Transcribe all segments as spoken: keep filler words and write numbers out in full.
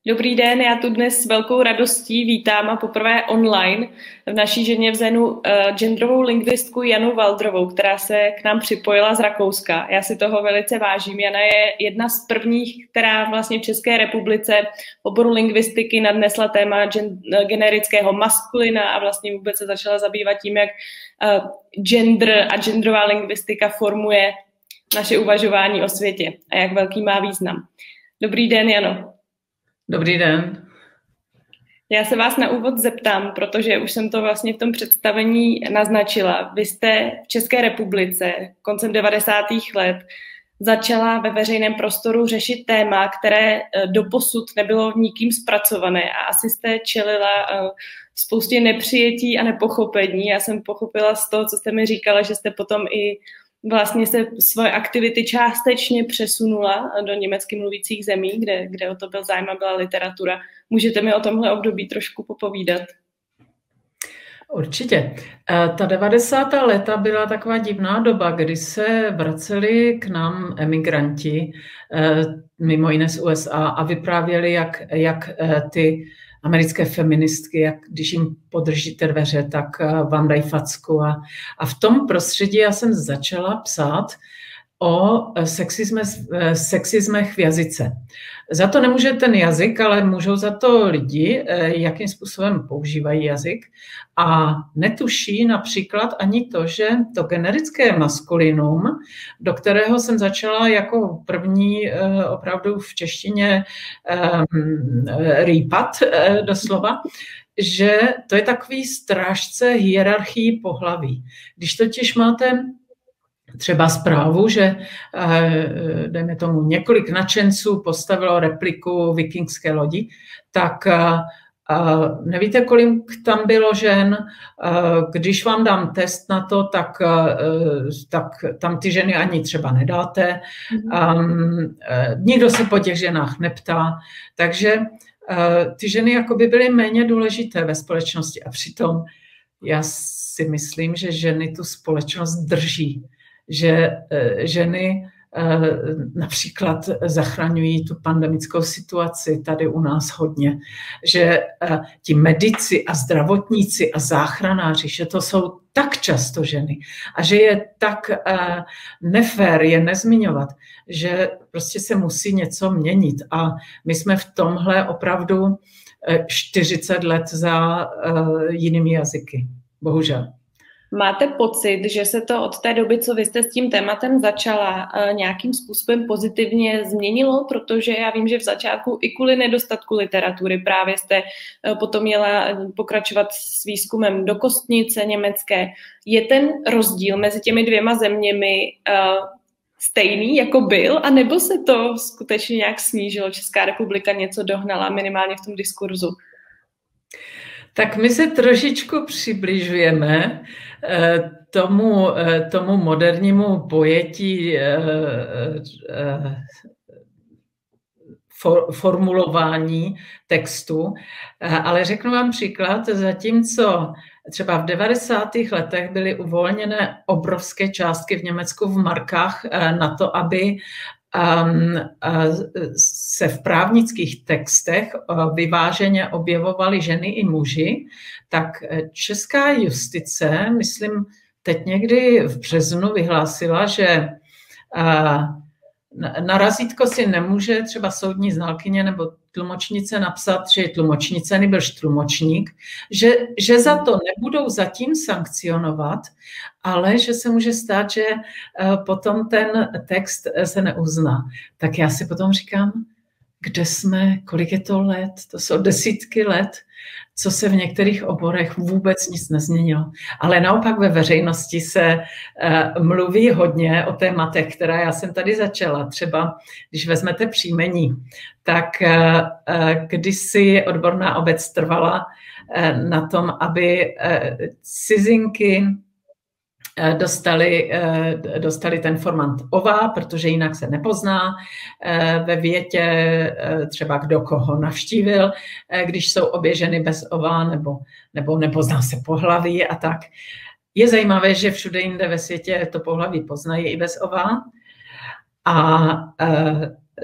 Dobrý den, já tu dnes s velkou radostí vítám a poprvé online v naší ženě v Zenu uh, genderovou lingvistku Janu Valdrovou, která se k nám připojila z Rakouska. Já si toho velice vážím. Jana je jedna z prvních, která vlastně v České republice v oboru lingvistiky nadnesla téma gen, generického maskulina a vlastně vůbec se začala zabývat tím, jak uh, gender a genderová lingvistika formuje naše uvažování o světě a jak velký má význam. Dobrý den, Jano. Dobrý den. Já se vás na úvod zeptám, protože už jsem to vlastně v tom představení naznačila. Vy jste v České republice koncem devadesátých let začala ve veřejném prostoru řešit téma, které doposud nebylo nikým zpracované a asi jste čelila spoustě nepřijetí a nepochopení. Já jsem pochopila z toho, co jste mi říkala, že jste potom i vlastně se svoje aktivity částečně přesunula do německy mluvících zemí, kde, kde o to byl zájem a byla literatura. Můžete mi o tomhle období trošku popovídat? Určitě. Ta devadesátá léta byla taková divná doba, kdy se vraceli k nám emigranti, mimo jiné z U S A, a vyprávěli, jak, jak ty americké feministky, jak když jim podržíte dveře, tak vám dají facku. A, a v tom prostředí já jsem začala psát o sexisme, sexismech v jazyce. Za to nemůže ten jazyk, ale můžou za to lidi, jakým způsobem používají jazyk. A netuší například ani to, že to generické maskulinum, do kterého jsem začala jako první opravdu v češtině rýpat doslova, že to je takový strážce hierarchii pohlaví. Když totiž máte třeba zprávu, že dejme tomu několik nadšenců postavilo repliku vikingské lodi, tak nevíte, kolik tam bylo žen. Když vám dám test na to, tak, tak tam ty ženy ani třeba nedáte. Um, nikdo se po těch ženách neptá. Takže ty ženy jakoby byly méně důležité ve společnosti a přitom já si myslím, že ženy tu společnost drží. Že ženy například zachraňují tu pandemickou situaci tady u nás hodně, že ti medici a zdravotníci a záchranáři, že to jsou tak často ženy a že je tak nefér je nezmiňovat, že prostě se musí něco měnit a my jsme v tomhle opravdu čtyřicet let za jinými jazyky, bohužel. Máte pocit, že se to od té doby, co vy jste s tím tématem začala, nějakým způsobem pozitivně změnilo? Protože já vím, že v začátku i kvůli nedostatku literatury právě jste potom měla pokračovat s výzkumem do Kostnice německé. Je ten rozdíl mezi těmi dvěma zeměmi stejný, jako byl, anebo se to skutečně nějak snížilo? Česká republika něco dohnala minimálně v tom diskurzu? Tak my se trošičku přibližujeme tomu, tomu modernímu pojetí for, formulování textu, ale řeknu vám příklad, zatímco třeba v devadesátých letech byly uvolněné obrovské částky v Německu v markách na to, aby se v právnických textech vyváženě objevovaly ženy i muži, tak česká justice, myslím, teď někdy v březnu vyhlásila, že na razítko si nemůže třeba soudní znalkyně nebo tlumočnice napsat, že je tlumočnice, nebož tlumočník, že, že za to nebudou zatím sankcionovat, ale že se může stát, že potom ten text se neuzná. Tak já si potom říkám, kde jsme, kolik je to let, to jsou desítky let, co se v některých oborech vůbec nic nezměnilo. Ale naopak ve veřejnosti se uh, mluví hodně o tématech, která já jsem tady začala. Třeba, když vezmete příjmení, tak uh, uh, kdysi odborná obec trvala uh, na tom, aby uh, cizinky Dostali, dostali ten formant ova, protože jinak se nepozná ve větě třeba kdo koho navštívil, když jsou obě ženy bez ova nebo, nebo nepozná se pohlaví a tak. Je zajímavé, že všude jinde ve světě to pohlaví poznají i bez ova a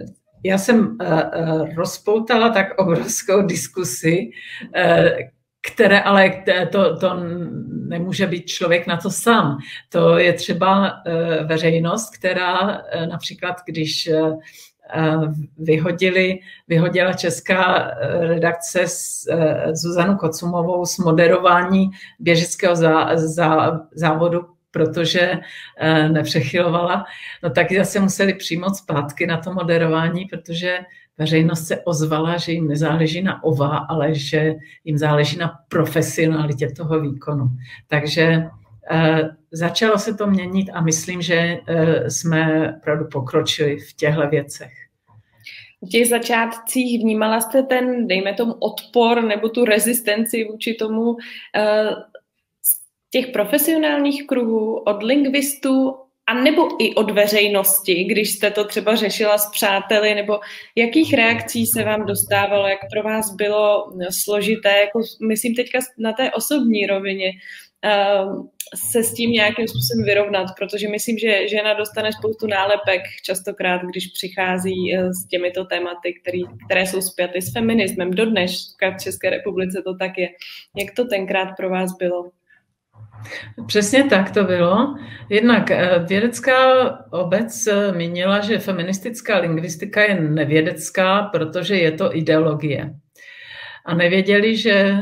já jsem rozpoutala tak obrovskou diskusi, které ale to, to nemůže být člověk na to sám. To je třeba veřejnost, která například, když vyhodili, vyhodila česká redakce s Zuzanu Kocumovou z moderování běžického zá, zá, závodu, protože nepřechylovala, no tak zase museli přijmout zpátky na to moderování, protože veřejnost se ozvala, že jim nezáleží na ova, ale že jim záleží na profesionalitě toho výkonu. Takže začalo se to měnit a myslím, že jsme opravdu pokročili v těchto věcech. V těch začátcích vnímala jste ten, dejme tomu, odpor nebo tu rezistenci vůči tomu z těch profesionálních kruhů, od lingvistů a nebo i od veřejnosti, když jste to třeba řešila s přáteli, nebo jakých reakcí se vám dostávalo, jak pro vás bylo složité, jako myslím teďka na té osobní rovině, se s tím nějakým způsobem vyrovnat, protože myslím, že žena dostane spoustu nálepek častokrát, když přichází s těmito tématy, který, které jsou spjaty s feminismem. Dodnes v České republice to tak je. Jak to tenkrát pro vás bylo? Přesně tak to bylo. Jednak vědecká obec mínila, že feministická lingvistika je nevědecká, protože je to ideologie. A nevěděli, že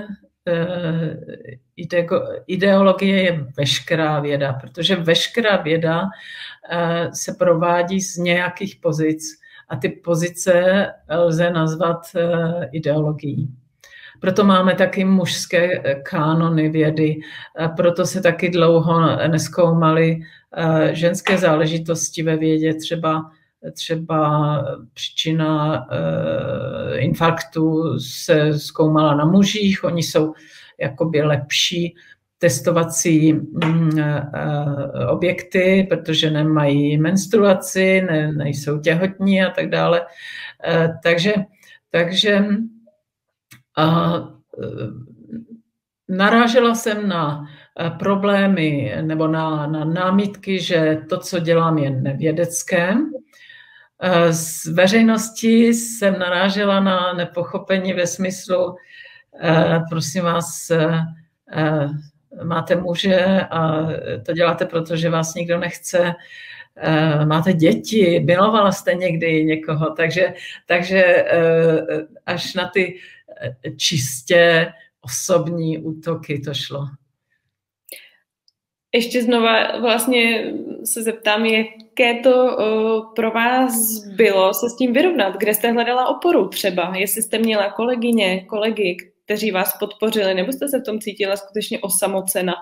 ideologie je veškerá věda, protože veškerá věda se provádí z nějakých pozic a ty pozice lze nazvat ideologií. Proto máme taky mužské kánony vědy, proto se taky dlouho nezkoumaly ženské záležitosti ve vědě, třeba, třeba příčina infarktu se zkoumala na mužích, oni jsou jakoby lepší testovací objekty, protože nemají menstruaci, ne, nejsou těhotní a tak dále. Takže, takže a narážela jsem na problémy nebo na, na námitky, že to, co dělám, je nevědecké. Z veřejnosti jsem narážela na nepochopení ve smyslu, prosím vás, máte muže a to děláte, protože vás nikdo nechce, máte děti, milovala jste někdy někoho, takže, takže až na ty čistě osobní útoky to šlo. Ještě znova vlastně se zeptám, jaké to pro vás bylo se s tím vyrovnat, kde jste hledala oporu třeba, jestli jste měla kolegyně, kolegy, kteří vás podpořili, nebo jste se v tom cítila skutečně osamocena?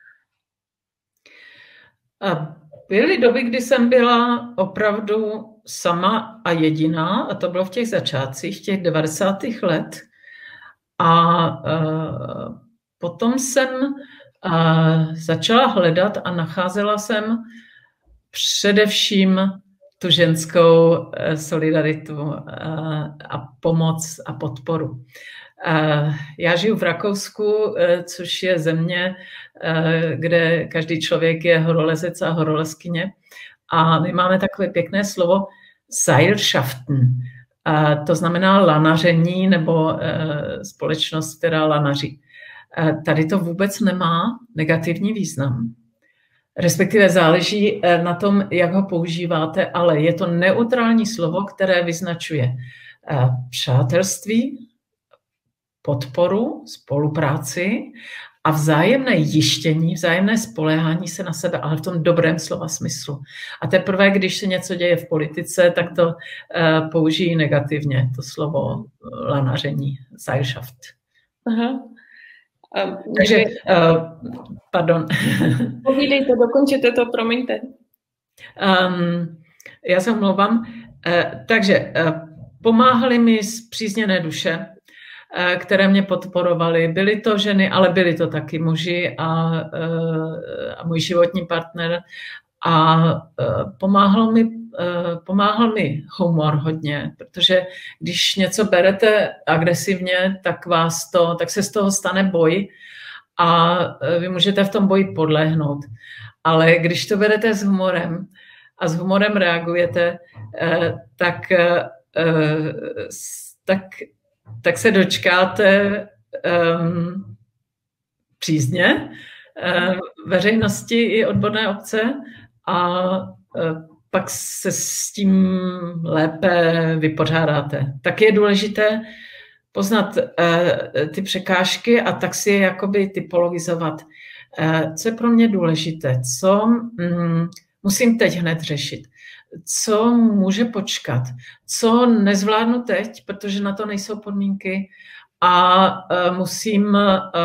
A byly doby, kdy jsem byla opravdu sama a jediná, a to bylo v těch začátcích, těch devadesátých let. A uh, potom jsem uh, začala hledat a nacházela jsem především tu ženskou uh, solidaritu uh, a pomoc a podporu. Uh, já žiju v Rakousku, uh, což je země, uh, kde každý člověk je horolezec a horolezkyně. A my máme takové pěkné slovo Seilschaften. Uh, to znamená lanaření nebo uh, společnost, která lanaří. Uh, tady to vůbec nemá negativní význam. Respektive záleží uh, na tom, jak ho používáte, ale je to neutrální slovo, které vyznačuje uh, přátelství, podporu, spolupráci a vzájemné jištění, vzájemné spoléhání se na sebe, ale v tom dobrém slova smyslu. A teprve, když se něco děje v politice, tak to uh, použijí negativně, to slovo uh, lanaření, Seilschaft. Aha. Um, Takže, uh, pardon. Povídejte, dokončete to, promiňte. Um, já se omlouvám. Uh, takže uh, pomáhali mi spřízněné duše, které mě podporovaly. Byly to ženy, ale byly to taky muži a, a můj životní partner. A pomáhal mi, pomáhal mi humor hodně, protože když něco berete agresivně, tak, vás to, tak se z toho stane boj a vy můžete v tom boji podlehnout. Ale když to berete s humorem a s humorem reagujete, tak tak, tak se dočkáte um, přízně uh, veřejnosti i odborné obce a uh, pak se s tím lépe vypořádáte. Tak je důležité poznat uh, ty překážky a tak si je jakoby typologizovat. Uh, co je pro mě důležité, co um, musím teď hned řešit, co může počkat, co nezvládnu teď, protože na to nejsou podmínky a uh, musím um,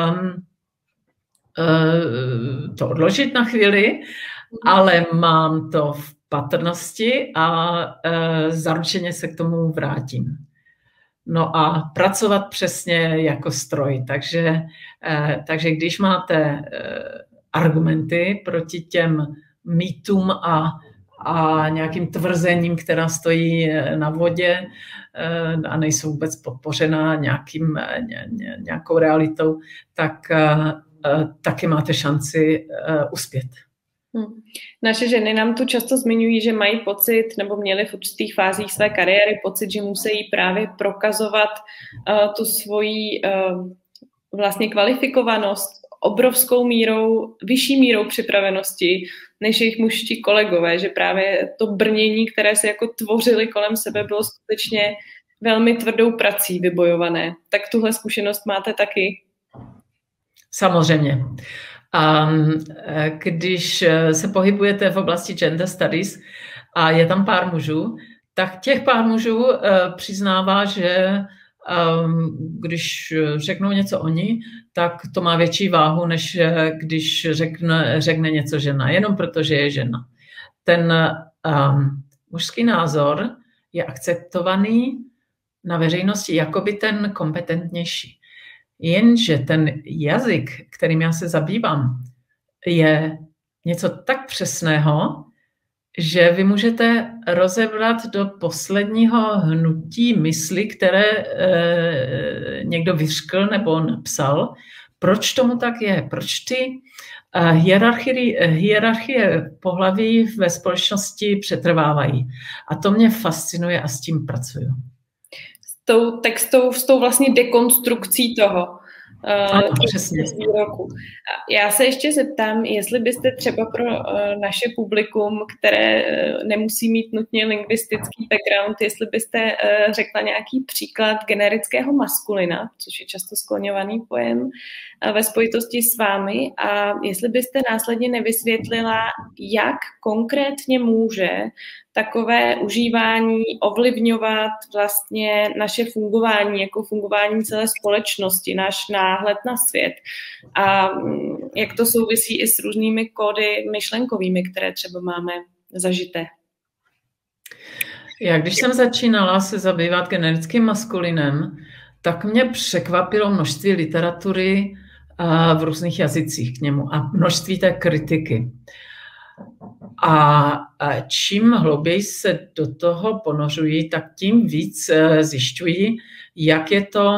uh, to odložit na chvíli, ale mám to v patrnosti a uh, zaručeně se k tomu vrátím. No a pracovat přesně jako stroj. Takže, uh, takže když máte uh, argumenty proti těm mýtům a a nějakým tvrzením, která stojí na vodě a nejsou vůbec podpořená nějakým, nějakou realitou, tak taky máte šanci uspět. Hmm. Naše ženy nám tu často zmiňují, že mají pocit, nebo měly v určitých fázích své kariéry pocit, že musí právě prokazovat uh, tu svoji uh, vlastně kvalifikovanost obrovskou mírou, vyšší mírou připravenosti než jejich mužští kolegové, že právě to brnění, které se jako tvořili kolem sebe, bylo skutečně velmi tvrdou prací vybojované. Tak tuhle zkušenost máte taky? Samozřejmě. A když se pohybujete v oblasti gender studies a je tam pár mužů, tak těch pár mužů přiznává, že když řeknou něco oni, tak to má větší váhu, než když řekne, řekne něco žena, jenom protože je žena. Ten um, mužský názor je akceptovaný na veřejnosti jakoby ten kompetentnější. Jenže ten jazyk, kterým já se zabývám, je něco tak přesného, že vy můžete rozebrat do posledního hnutí mysli, které e, někdo vyřkl nebo napsal, proč tomu tak je, proč ty e, hierarchie, hierarchie pohlaví ve společnosti přetrvávají. A to mě fascinuje a s tím pracuju. S tou textou, s tou vlastně dekonstrukcí toho. Ano, přesně. Výroku. Já se ještě zeptám, jestli byste třeba pro naše publikum, které nemusí mít nutně lingvistický background, jestli byste řekla nějaký příklad generického maskulina, což je často skloňovaný pojem, ve spojitosti s vámi, a jestli byste následně nevysvětlila, jak konkrétně může takové užívání ovlivňovat vlastně naše fungování, jako fungování celé společnosti, náš náhled na svět. A jak to souvisí i s různými kódy myšlenkovými, které třeba máme zažité. Já když jsem začínala se zabývat generickým maskulinem, tak mě překvapilo množství literatury v různých jazycích k němu a množství té kritiky. A čím hlouběji se do toho ponořují, tak tím víc zjišťují, jak je to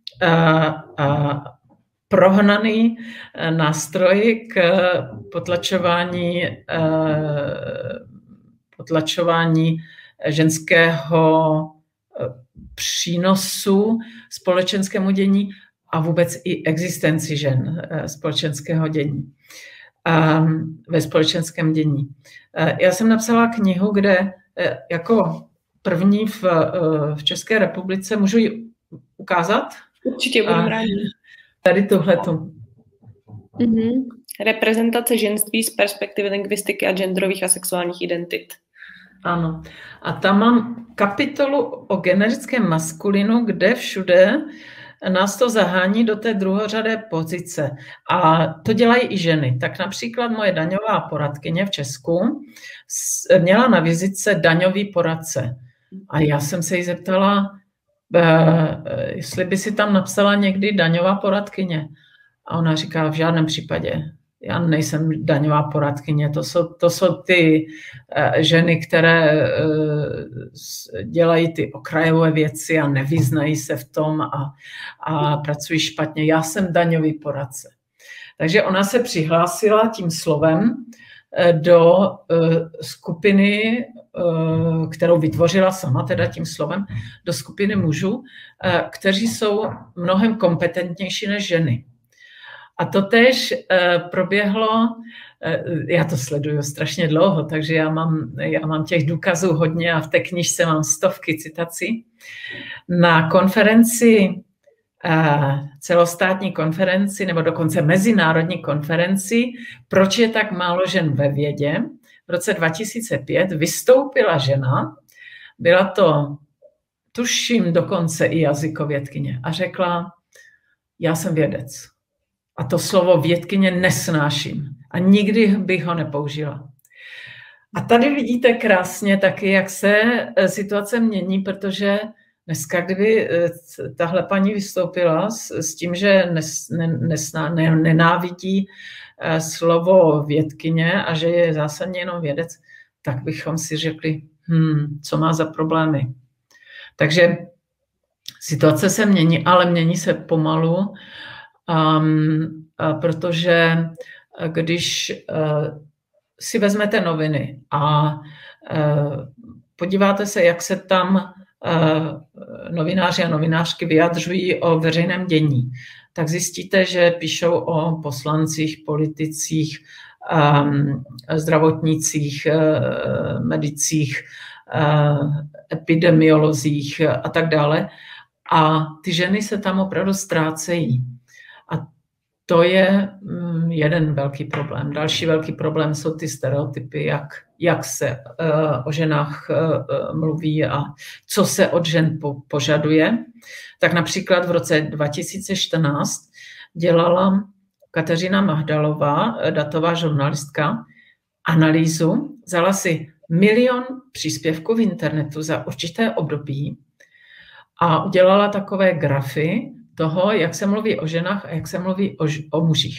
prohnaný nástroj k potlačování, potlačování ženského přínosu společenskému dění a vůbec i existenci žen společenského dění. Ve společenském dění. Já jsem napsala knihu, kde jako první v, v České republice, můžu ji ukázat? Určitě budu rádi. Tady tuhletu. Mm-hmm. Reprezentace ženství z perspektivy lingvistiky a genderových a sexuálních identit. Ano. A tam mám kapitolu o generickém maskulinu, kde všude nás to zahání do té druhořadé pozice. A to dělají i ženy. Tak například moje daňová poradkyně v Česku měla na vizitce daňový poradce. A já jsem se jí zeptala, jestli by si tam napsala někdy daňová poradkyně. A ona říká, v žádném případě. Já nejsem daňová poradkyně, to jsou, to jsou ty uh, ženy, které uh, dělají ty okrajové věci a nevyznají se v tom a, a pracují špatně. Já jsem daňový poradce. Takže ona se přihlásila tím slovem do skupiny, kterou vytvořila sama, teda tím slovem, do skupiny mužů, kteří jsou mnohem kompetentnější než ženy. A to též proběhlo, já to sleduju strašně dlouho, takže já mám, já mám těch důkazů hodně a v té knižce mám stovky citací. Na konferenci, celostátní konferenci, nebo dokonce mezinárodní konferenci, proč je tak málo žen ve vědě, v roce dva tisíce pět vystoupila žena, byla to, tuším, dokonce i jazykovědkyně, a řekla, já jsem vědec. A to slovo vědkyně nesnáším. A nikdy bych ho nepoužila. A tady vidíte krásně taky, jak se situace mění, protože dneska, kdyby tahle paní vystoupila s, s tím, že nes, ne, nesná, ne, nenávidí slovo vědkyně a že je zásadně jenom vědec, tak bychom si řekli, hm, co má za problémy. Takže situace se mění, ale mění se pomalu, um, protože když uh, si vezmete noviny a uh, podíváte se, jak se tam uh, novináři a novinářky vyjadřují o veřejném dění, tak zjistíte, že píšou o poslancích, politicích, um, zdravotnících, uh, medicích, uh, epidemiolozích a tak dále. A ty ženy se tam opravdu ztrácejí. A to je jeden velký problém. Další velký problém jsou ty stereotypy, jak, jak se uh, o ženách uh, mluví a co se od žen po, požaduje. Tak například v roce dva tisíce čtrnáct dělala Kateřina Mahdalová, datová žurnalistka, analýzu, vzala si milion příspěvků v internetu za určité období a udělala takové grafy toho, jak se mluví o ženách a jak se mluví o, o mužích.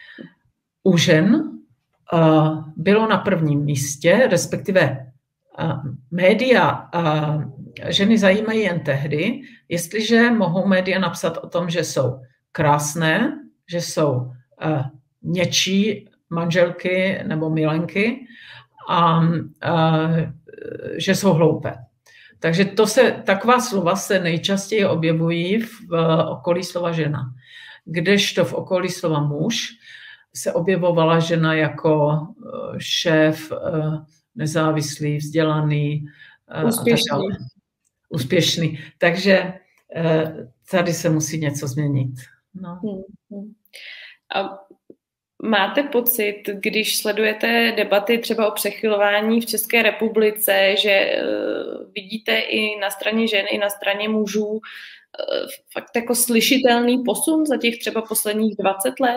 U žen uh, bylo na prvním místě, respektive uh, média uh, ženy zajímají jen tehdy, jestliže mohou média napsat o tom, že jsou krásné, že jsou uh, něčí manželky nebo milenky a uh, že jsou hloupé. Takže to se, taková slova se nejčastěji objevují v okolí slova žena. Kdežto v okolí slova muž se objevovala žena jako šéf, nezávislý, vzdělaný, úspěšný. A tak dále. Úspěšný. Takže tady se musí něco změnit. No. A máte pocit, když sledujete debaty třeba o přechylování v České republice, že uh, vidíte i na straně žen, i na straně mužů uh, fakt jako slyšitelný posun za těch třeba posledních dvacet let?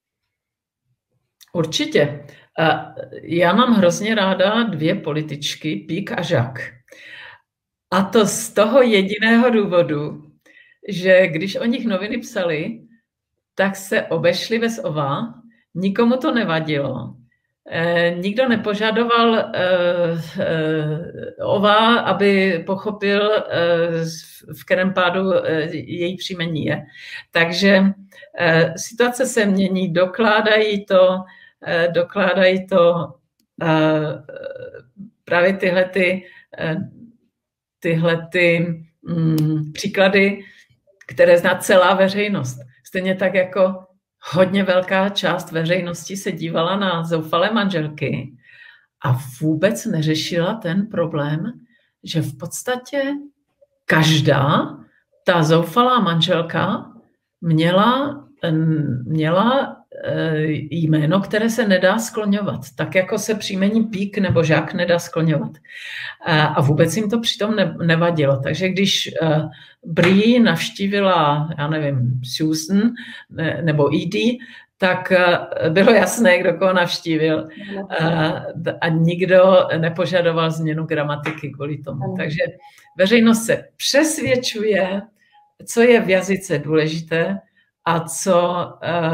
Určitě. Já mám hrozně ráda dvě političky, Pík a Žák. A to z toho jediného důvodu, že když o nich noviny psali, tak se obešli bez ova. Nikomu to nevadilo. E, nikdo nepožadoval e, e, ova, aby pochopil, e, v kterém pádu e, její příjmení je. Takže e, situace se mění, dokládají to, e, dokládají to e, právě tyhle, ty, e, tyhle ty, mm, příklady, které zná celá veřejnost. Stejně tak jako hodně velká část veřejnosti se dívala na zoufalé manželky a vůbec neřešila ten problém, že v podstatě každá ta zoufalá manželka měla, měla jméno, které se nedá skloňovat, tak jako se příjmení Pík nebo Žák nedá skloňovat. A vůbec jim to přitom nevadilo. Takže když Brie navštívila, já nevím, Susan nebo Edie, tak bylo jasné, kdo koho navštívil a nikdo nepožadoval změnu gramatiky kvůli tomu. Takže veřejnost se přesvědčuje, co je v jazyce důležité a co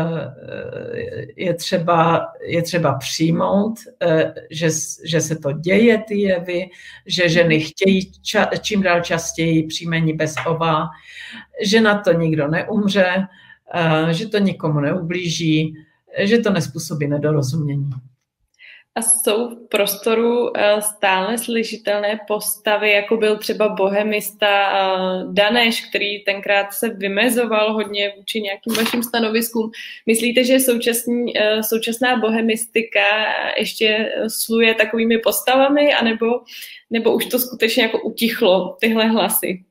je třeba, je třeba přijmout, že, že se to děje, ty jevy, že ženy chtějí ča, čím dál častěji příjmení bez ova, že na to nikdo neumře, že to nikomu neublíží, že to nezpůsobí nedorozumění. A jsou v prostoru stále slyšitelné postavy, jako byl třeba bohemista Daneš, který tenkrát se vymezoval hodně vůči nějakým vašim stanoviskům. Myslíte, že současný, současná bohemistika ještě sluje takovými postavami, anebo, nebo už to skutečně jako utichlo, tyhle hlasy?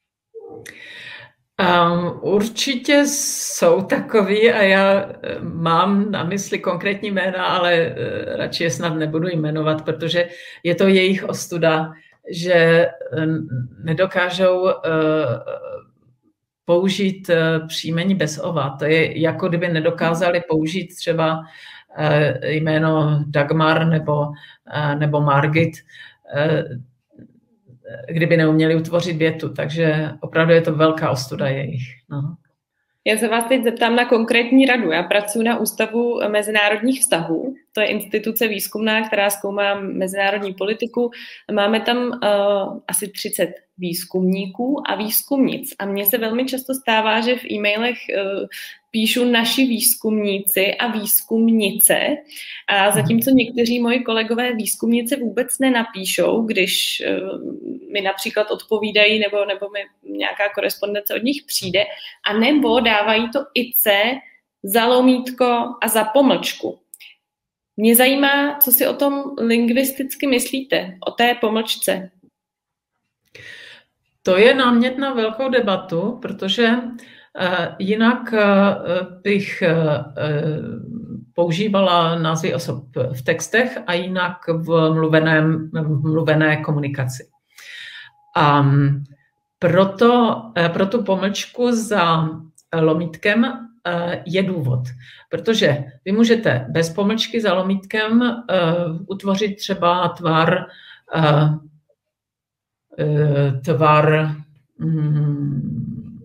Um, určitě jsou takový a já mám na mysli konkrétní jména, ale uh, radši je snad nebudu jmenovat, protože je to jejich ostuda, že uh, nedokážou uh, použít uh, příjmení bez ova. To je jako kdyby nedokázali použít třeba uh, jméno Dagmar nebo, uh, nebo Margit, uh, kdyby neuměli utvořit větu, takže opravdu je to velká ostuda jejich. No. Já se vás teď zeptám na konkrétní radu. Já pracuji na Ústavu mezinárodních vztahů. To je instituce výzkumná, která zkoumá mezinárodní politiku. Máme tam uh, asi třicet výzkumníků a výzkumnic. A mně se velmi často stává, že v e-mailech uh, píšu naši výzkumníci a výzkumnice. A zatímco někteří moji kolegové výzkumnice vůbec nenapíšou, když uh, mi například odpovídají nebo, nebo mi nějaká korespondence od nich přijde, a nebo dávají to ice za lomítko a za pomlčku. Mě zajímá, co si o tom lingvisticky myslíte, o té pomlčce. To je námět na velkou debatu, protože uh, jinak uh, bych uh, používala názvy osob v textech a jinak v, mluveném, v mluvené komunikaci. Um, proto uh, pro tu pomlčku za lomítkem uh, je důvod, protože vy můžete bez pomlčky za lomítkem uh, utvořit třeba tvar uh, tvar hmm,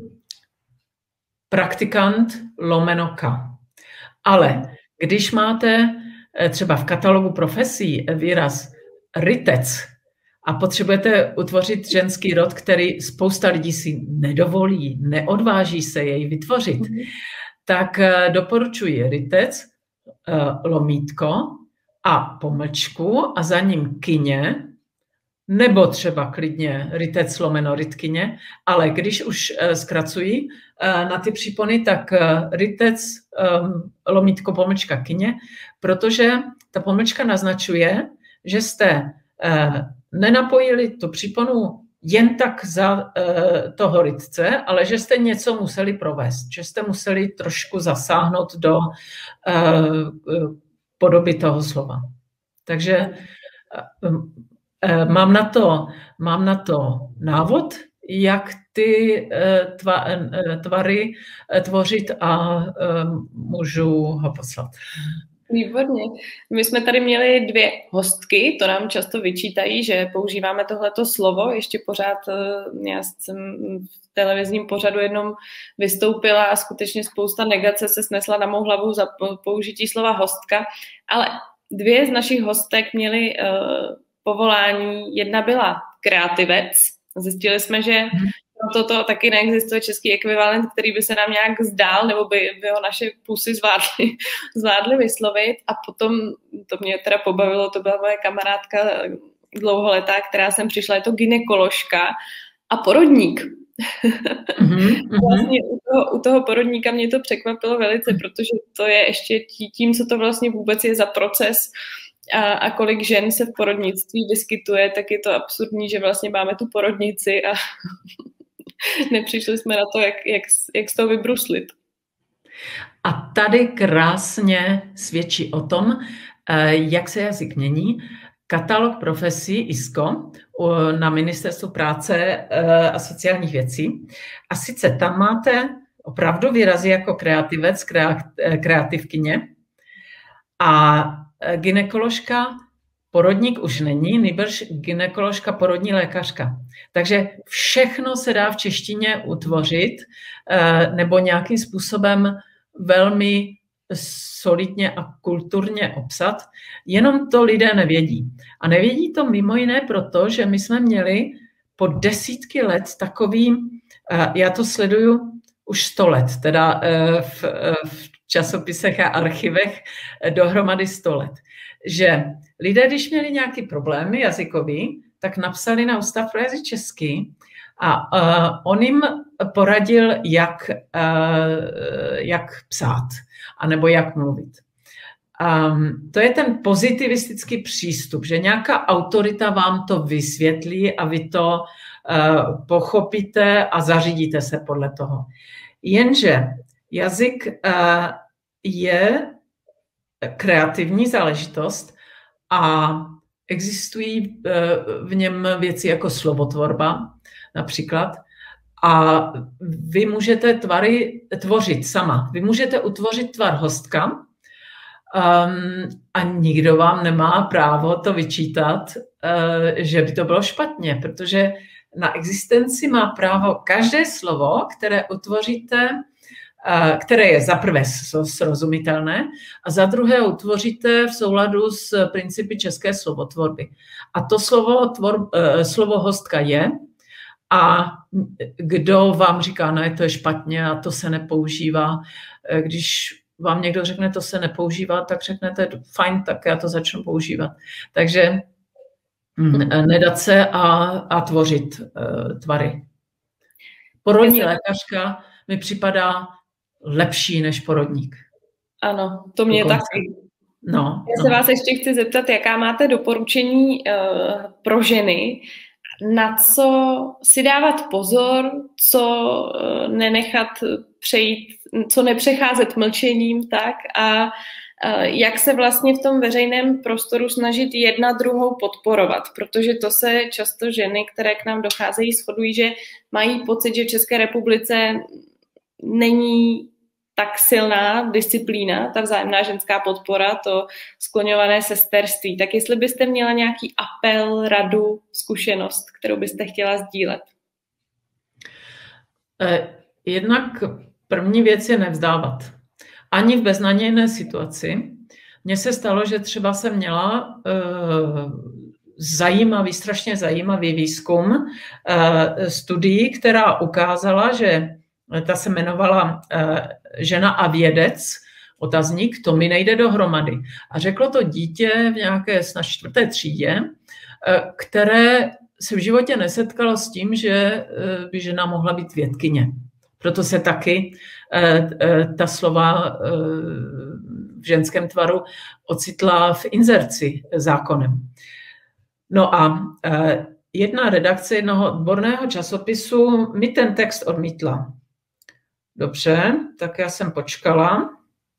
praktikant lomenoka. Ale když máte třeba v katalogu profesí výraz rytec a potřebujete utvořit ženský rod, který spousta lidí si nedovolí, neodváží se jej vytvořit, mm. tak doporučuji rytec, lomítko a pomlčku a za ním kyně, nebo třeba klidně rytec lomeno rytkyně, ale když už uh, zkracuji uh, na ty přípony, tak uh, rytec um, lomítko pomlčka kyně, protože ta pomlčka naznačuje, že jste uh, nenapojili tu příponu jen tak za uh, toho rytce, ale že jste něco museli provést, že jste museli trošku zasáhnout do uh, podoby toho slova. Takže uh, Mám na to, mám na to návod, jak ty tva, tvary tvořit a můžu ho poslat. Výborně. My jsme tady měli dvě hostky, to nám často vyčítají, že používáme tohleto slovo. Ještě pořád, já jsem v televizním pořadu jednom vystoupila a skutečně spousta negace se snesla na mou hlavu za použití slova hostka, ale dvě z našich hostek měly povolání. Jedna byla kreativec. Zjistili jsme, že toto taky neexistuje český ekvivalent, který by se nám nějak zdál, nebo by, by ho naše pusy zvládly, zvládly vyslovit. A potom, to mě teda pobavilo, to byla moje kamarádka dlouholetá, která sem přišla, je to gynekoložka a porodník. Mm-hmm. Vlastně u toho, u toho porodníka mě to překvapilo velice, protože to je ještě tím, co to vlastně vůbec je za proces, A, a kolik žen se v porodnictví vyskytuje, tak je to absurdní, že vlastně máme tu porodnici a nepřišli jsme na to, jak, jak, jak z toho vybruslit. A tady krásně svědčí o tom, jak se jazyk mění. Katalog profesí I S K O na Ministerstvu práce a sociálních věcí. A sice tam máte opravdu výrazy jako kreativec, kreativkyně a gynekoložka, porodník už není, nýbrž gynekoložka, porodní lékařka. Takže všechno se dá v češtině utvořit nebo nějakým způsobem velmi solidně a kulturně obsat, jenom to lidé nevědí. A nevědí to mimo jiné proto, že my jsme měli po desítky let takový, já to sleduju už sto let, teda v, v časopisech a archivech dohromady sto let, že lidé, když měli nějaké problémy jazykový, tak napsali na Ústav pro jazyk český a uh, on jim poradil, jak, uh, jak psát, anebo jak mluvit. Um, to je ten pozitivistický přístup, že nějaká autorita vám to vysvětlí a vy to uh, pochopíte a zařídíte se podle toho. Jenže jazyk uh, je kreativní záležitost a existují uh, v něm věci jako slovotvorba například a vy můžete tvary tvořit sama. Vy můžete utvořit tvar hostka, Um, a nikdo vám nemá právo to vyčítat, uh, že by to bylo špatně, protože na existenci má právo každé slovo, které utvoříte, uh, které je za prvé srozumitelné a za druhé utvoříte v souladu s principy české slovotvorby. A to slovo, tvor, uh, slovo hostka je a kdo vám říká, ne, to je špatně a to se nepoužívá, když vám někdo řekne, to se nepoužívá, tak řeknete, fajn, tak já to začnu používat. Takže nedat se a, a tvořit uh, tvary. Porodní lékařka mi připadá lepší než porodník. Ano, to mě Dokonce. taky. No, Já no. se vás ještě chci zeptat, jaká máte doporučení uh, pro ženy, na co si dávat pozor, co uh, nenechat přejít, co nepřecházet mlčením, tak a uh, jak se vlastně v tom veřejném prostoru snažit jedna druhou podporovat, protože to se často ženy, které k nám docházejí, shodují, že mají pocit, že v České republice není tak silná disciplína, ta vzájemná ženská podpora, to skloňované sesterství. Tak jestli byste měla nějaký apel, radu, zkušenost, kterou byste chtěla sdílet? Jednak první věc je nevzdávat. Ani v beznadějné situaci. Mně se stalo, že třeba jsem měla uh, zajímavý, strašně zajímavý výzkum uh, studií, která ukázala, že ta se jmenovala uh, Žena a vědec, otazník, to mi nejde dohromady. A řeklo to dítě v nějaké snad čtvrté třídě, uh, které se v životě nesetkalo s tím, že uh, by žena mohla být vědkyně. Proto se taky uh, uh, ta slova uh, v ženském tvaru ocitla v inzerci zákonem. No a uh, jedna redakce jednoho odborného časopisu mi ten text odmítla. Dobře, tak já jsem počkala.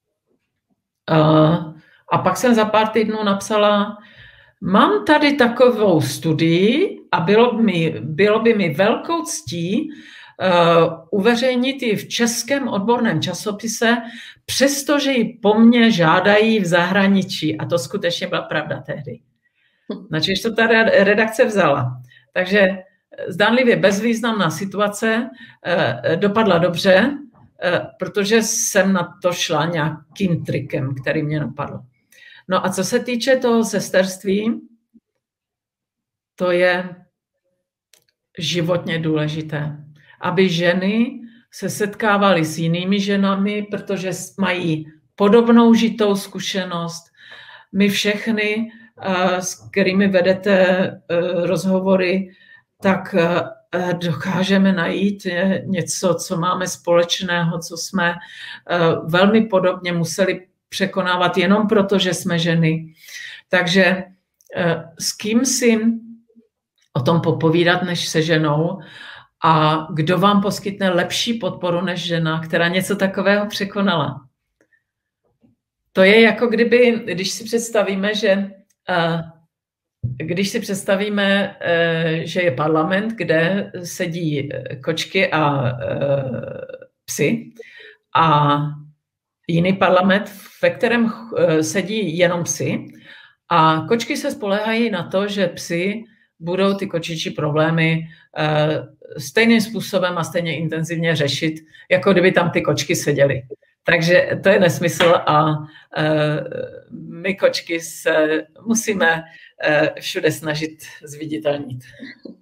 Uh, a pak jsem za pár týdnů napsala, mám tady takovou studii a bylo by mi, bylo by mi velkou ctí uh, uveřejnit ji v českém odborném časopise, přestože ji po mně žádají v zahraničí. A to skutečně byla pravda tehdy. Znači, to ta redakce vzala. Takže zdánlivě bezvýznamná situace uh, dopadla dobře, protože jsem na to šla nějakým trikem, který mě napadl. No a co se týče toho sesterství, to je životně důležité, aby ženy se setkávaly s jinými ženami, protože mají podobnou žitou zkušenost. My všechny, s kterými vedete rozhovory, tak dokážeme najít něco, co máme společného, co jsme velmi podobně museli překonávat jenom proto, že jsme ženy. Takže s kým si o tom popovídat, než se ženou, a kdo vám poskytne lepší podporu než žena, která něco takového překonala. To je jako kdyby, když si představíme, že Když si představíme, že je parlament, kde sedí kočky a psy, a jiný parlament, ve kterém sedí jenom psy, a kočky se spoléhají na to, že psy budou ty kočičí problémy stejným způsobem a stejně intenzivně řešit, jako kdyby tam ty kočky seděly. Takže to je nesmysl a my kočky se musíme všude snažit zviditelnit.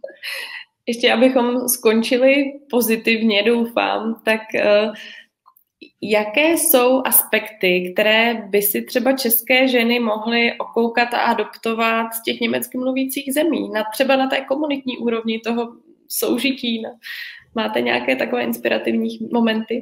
Ještě abychom skončili pozitivně, doufám, tak Jaké jsou aspekty, které by si třeba české ženy mohly okoukat a adoptovat z těch německy mluvících zemí? Na, třeba na té komunitní úrovni toho soužití. No. Máte nějaké takové inspirativní momenty?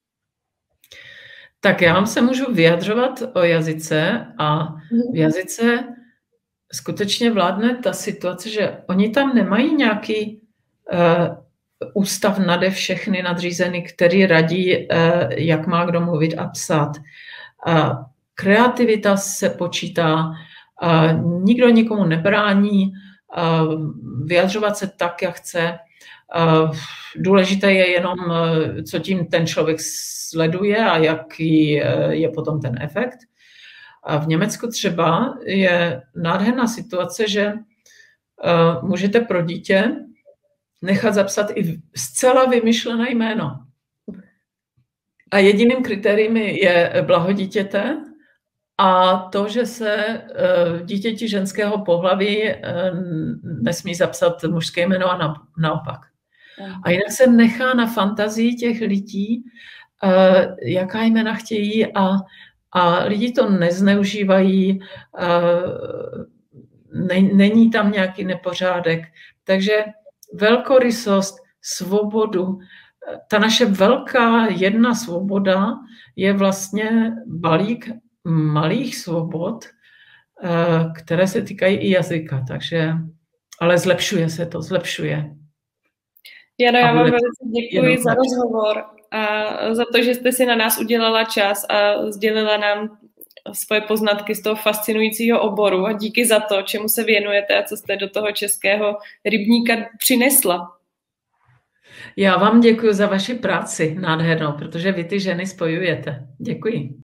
Tak já vám se můžu vyjadřovat o jazyce a v jazyce skutečně vládne ta situace, že oni tam nemají nějaký uh, ústav nade všechny nadřízený, který radí, uh, jak má kdo mluvit a psát. Uh, kreativita se počítá, uh, nikdo nikomu nebrání uh, vyjadřovat se tak, jak chce. Uh, důležité je jenom, uh, co tím ten člověk sleduje a jaký uh, je potom ten efekt. A v Německu třeba je nádherná situace, že uh, můžete pro dítě nechat zapsat i zcela vymyšlené jméno. A jediným kritériem je blaho dítěte a to, že se uh, dítěti ženského pohlaví uh, nesmí zapsat mužské jméno a na, naopak. A jinak se nechá na fantazii těch lidí, uh, jaká jména chtějí a A lidi to nezneužívají, není tam nějaký nepořádek. Takže velkorysost, svobodu, ta naše velká jedna svoboda je vlastně balík malých svobod, které se týkají i jazyka. Takže, ale zlepšuje se to, zlepšuje. Jano, já vám velice děkuji za rozhovor a za to, že jste si na nás udělala čas a sdělila nám svoje poznatky z toho fascinujícího oboru a díky za to, čemu se věnujete a co jste do toho českého rybníka přinesla. Já vám děkuji za vaši práci nádhernou, protože vy ty ženy spojujete. Děkuji.